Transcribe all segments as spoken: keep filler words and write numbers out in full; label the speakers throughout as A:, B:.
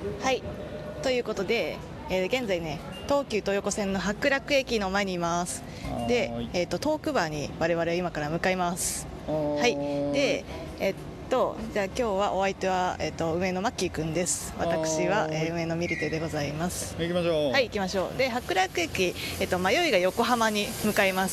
A: はい、ということで、えー現在ね、東急東横線の白楽駅の前にいます。で
B: はーい、
A: えー、とトークバーに我々は今から向かいます。
B: は
A: はいでえっとじゃあ今日はお相手は、えっと上野マッキーくんです。私は、
B: はーい
A: えー上野ミリテでございます。
B: 行きましょう。
A: はい行きましょう。で白楽駅、えっと迷いが横浜に向かいます。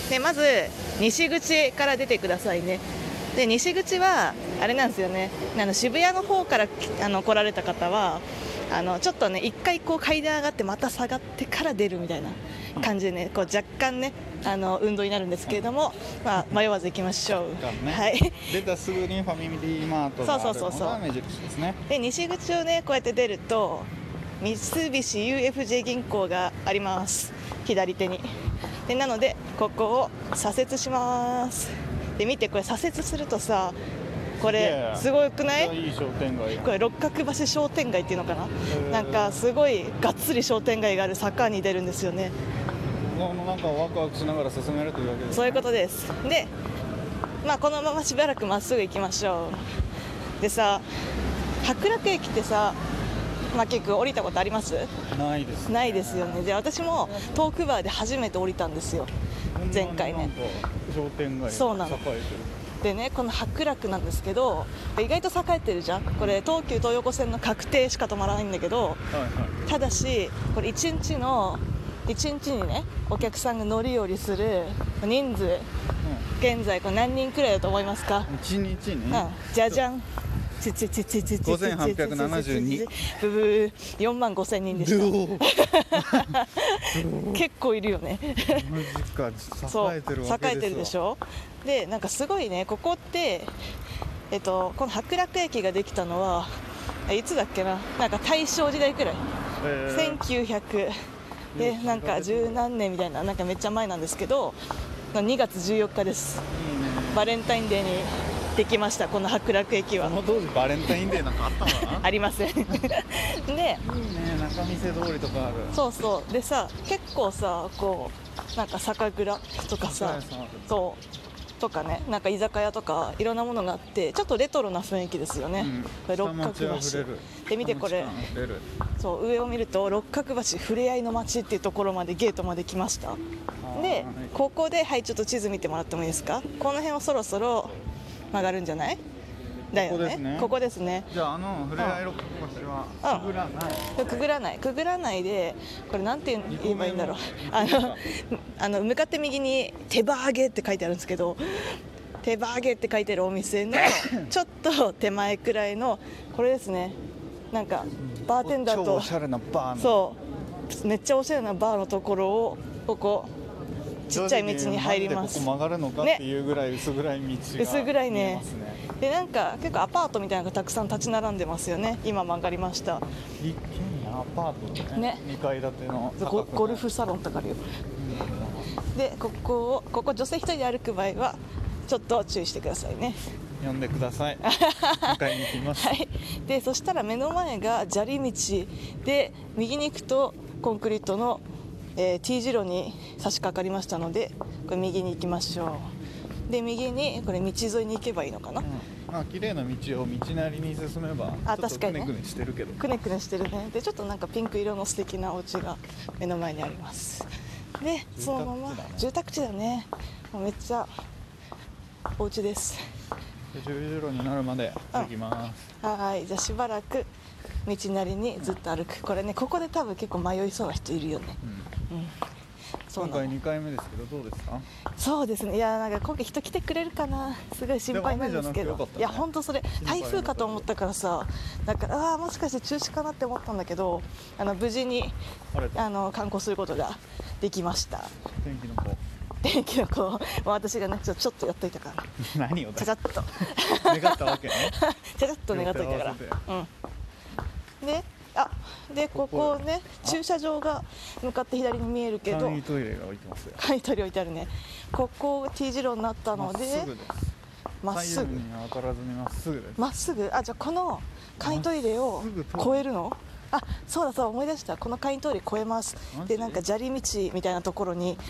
A: でまず西口から出てくださいね。で西口はあれなんですよね、あの渋谷の方からあの来られた方はあのちょっとね一回こう階段上がってまた下がってから出るみたいな感じでね、こう若干ねあの運動になるんですけれども、まあ、迷わず行きましょう。
B: 若干ね
A: はい
B: 出たすぐにファミリーマートがある
A: そうそうそうそう
B: のが目印ですね。
A: で西口をねこうやって出ると三菱 ユーエフジェー 銀行があります、左手に。でなのでここを左折します。で見て、これ左折するとさ、これすごくない？
B: いい商店街。
A: これ六角橋商店街っていうのかな、
B: ー
A: なんかすごいがっつり商店街がある坂に出るんですよね。
B: このなんかワクワクしながら進めるというわけですね。
A: そういうことです。で、まあ、このまましばらくまっすぐ行きましょう。でさ、白楽駅ってさ、まあ、結構降りたことあります？
B: ないですね。
A: ないですよね。で私もトークバーで初めて降りたんですよ、前回ね。
B: なんか商店街
A: そうなの
B: 栄えてる。
A: でね、この白楽なんですけど意外と栄えてるじゃん。これ東急東横線の確定しか止まらないんだけど、
B: はいはい。
A: ただしこれいちにちのいちにちにねお客さんが乗り降りする人数、現在これ何人くらいだと思いますか？
B: うん、一日に、
A: うん、じゃじゃん、ちちちちちち
B: ごせんはっぴゃくななじゅうに
A: ブブー、よんまんごせんにんでした結構いるよね
B: マジか、
A: そう
B: 栄えてるわけですわ。
A: 栄えてるでしょ。でなんかすごいね、ここってえっとこの白楽駅ができたのはいつだっけな、なんか大正時代くらい、
B: えー
A: せんきゅうひゃくでなんか十何年みたいな、なんかめっちゃ前なんですけど、にがつじゅうよっかです。
B: いいね。
A: バレンタインデーにできました、この白楽駅は。
B: この当時バレンタインデーなんかあったのかな
A: ありませんで、
B: いいね、仲見世通りとかある。
A: そうそうでさ、結構さこうなんか酒蔵とかさ、
B: 酒屋さんある
A: そうとかね、なんか居酒屋とかいろんなものがあって、ちょっとレトロな雰囲気ですよね、
B: うん、
A: これ六角
B: 下町あふれ
A: 橋
B: る。
A: で見て、これ
B: 下町感あふれる。
A: そう上を見ると六角橋ふれあいの街っていうところまで、ゲートまで来ました。でここで、はい、ちょっと地図見てもらってもいいですか。この辺をそろそろ曲がるんじゃないだよね。ここですね。
B: じゃあ、あのふれあい六角橋はくぐらない。
A: くぐらないくぐらないで、これなんて言えばいいんだろう、あのあの向かって右に手羽揚げって書いてあるんですけど、手羽揚げって書いてるお店のちょっと手前くらいのこれですね。なんかバーテンダーと
B: 超おしゃれなバーの。
A: そうめっちゃおしゃれなバーのところを、ここちっちゃい道に入ります。
B: マジでここ曲がるのかっていうぐらい薄暗い道が
A: 薄暗いね
B: 見えますね。
A: でなんか結構アパートみたいなのがたくさん立ち並んでますよね。今曲がりました。
B: 一軒家アパートね。
A: ね
B: にかい建ての高くない
A: ゴゴルフサロンとかあるよ。でここをここ女性一人で歩く場合はちょっと注意してくださいね。
B: 呼んでください。迎えに行きます。
A: はい、でそしたら目の前が砂利道で、右に行くとコンクリートの、えー、T 字路に差し掛かりましたので、これ右に行きましょう。で右にこれ道沿いに行けばいいのかな。
B: うん、まあ綺麗な道を道なりに進めば、
A: あ
B: ちょっと
A: 確かにね
B: くねくねしてるけど。
A: くねくねしてるね。でちょっとなんかピンク色の素敵なお家が目の前にあります。でそのまま住宅地だね。もうめっちゃお家です。
B: 十字路になるまで行きます。
A: はい、じゃあしばらく道なりにずっと歩く。これね、ここで多分結構迷いそうな人いるよね。
B: うん、
A: うん、そうなの
B: 今回にかいめですけどどうですか？
A: そうですね。いやなんか今回人来てくれるかな、すごい心配なんですけど。
B: でも雨じゃなくてよかったね。
A: いや本当それ台風かと思ったからさ、なんかああもしかして中止かなって思ったんだけど、あの無事に
B: 晴れた。
A: あの観光することができました。
B: 天気の子。
A: 天気の子、まあ、私がねちょちょっとやっといたから
B: 何をだ
A: ちゃちゃっと
B: 願ったわけね。
A: ちゃちゃっと願っといたから。うん。で、あ、でここね駐車場が向かって左に見えるけど、
B: 簡易トイレが置いてますよ。
A: 簡易トイレ置いてあるね。ここ T 字路になったので
B: まっすぐです。
A: まっすぐ
B: 左右に当たらずにまっすぐです。
A: まっすぐ、あ、じゃあこの簡易トイレを
B: まっすぐ通る
A: 越えるの？あ、そうだそうだ、思い出した。この簡易トイレ越えます。
B: マジ
A: でなんか砂利道みたいなところに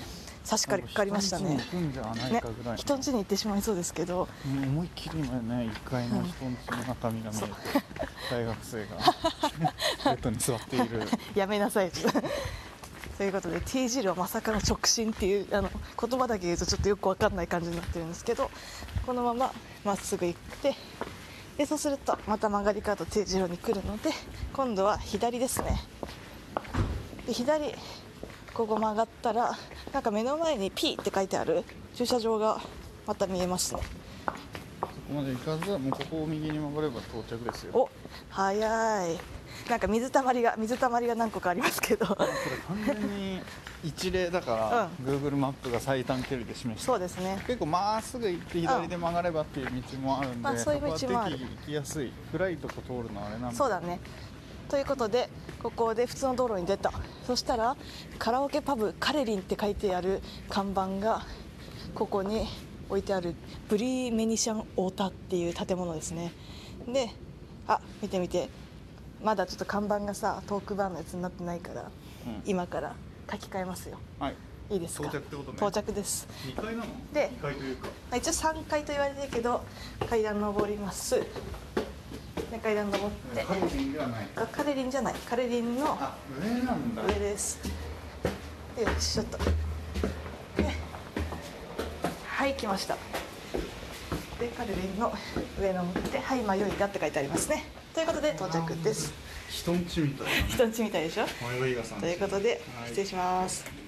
A: 差し掛かりましたね。
B: 人んちに行くんじゃない
A: ね
B: かぐらい、
A: 人ん家に行ってしまいそうですけど、
B: もう思いっきり今ねいっかいの人んちの中身が見えて、大学生がベッドに座っている。
A: やめなさいということで T 字路はまさかの直進っていうあの言葉だけ言うとちょっとよく分かんない感じになってるんですけど、このまままっすぐ行ってでそうするとまた曲がり角 T 字路に来るので今度は左ですね。で左ここ曲がったらなんか目の前に P って書いてある駐車場がまた見えますね。
B: ここまで行かず、もうここを右に曲がれば到着ですよ。
A: お早い。なんか水たまりが水たまりが何個かありますけど
B: これ完全に一例だから、Google マップが最短距離で示して
A: そうですね。
B: 結構まっすぐ行って左で曲がればっていう道もあるんで、
A: まあそういう道もある
B: そこは適宜行きやすい。暗いとこ通るのあれなんで。
A: そうだね。ということでここで普通の道路に出た。そしたらカラオケパブカレリンって書いてある看板がここに置いてあるブリーメニシャンオータっていう建物ですね。で、あ、見て見て、まだちょっと看板がさトークバーのやつになってないから、
B: うん
A: 今から書き換えますよ。
B: はい。
A: いいですか。
B: 到着ってことね。
A: 到着です。
B: にかいなの？
A: で
B: にかいというか。
A: まあ一応さんかいと言われてるけど階段登ります。で階段登って
B: カレリンではない。
A: あカレリンじゃないカレリンの
B: あ、上なんだ。
A: 上です。でよしちょっとではい来ました。でカレリンの上登ってはい迷いがって書いてありますね。ということで到着です。
B: 人んちみたいな。
A: 人んちみたいでしょ。
B: 迷いがさんち。
A: ということで
B: はい
A: 失礼します。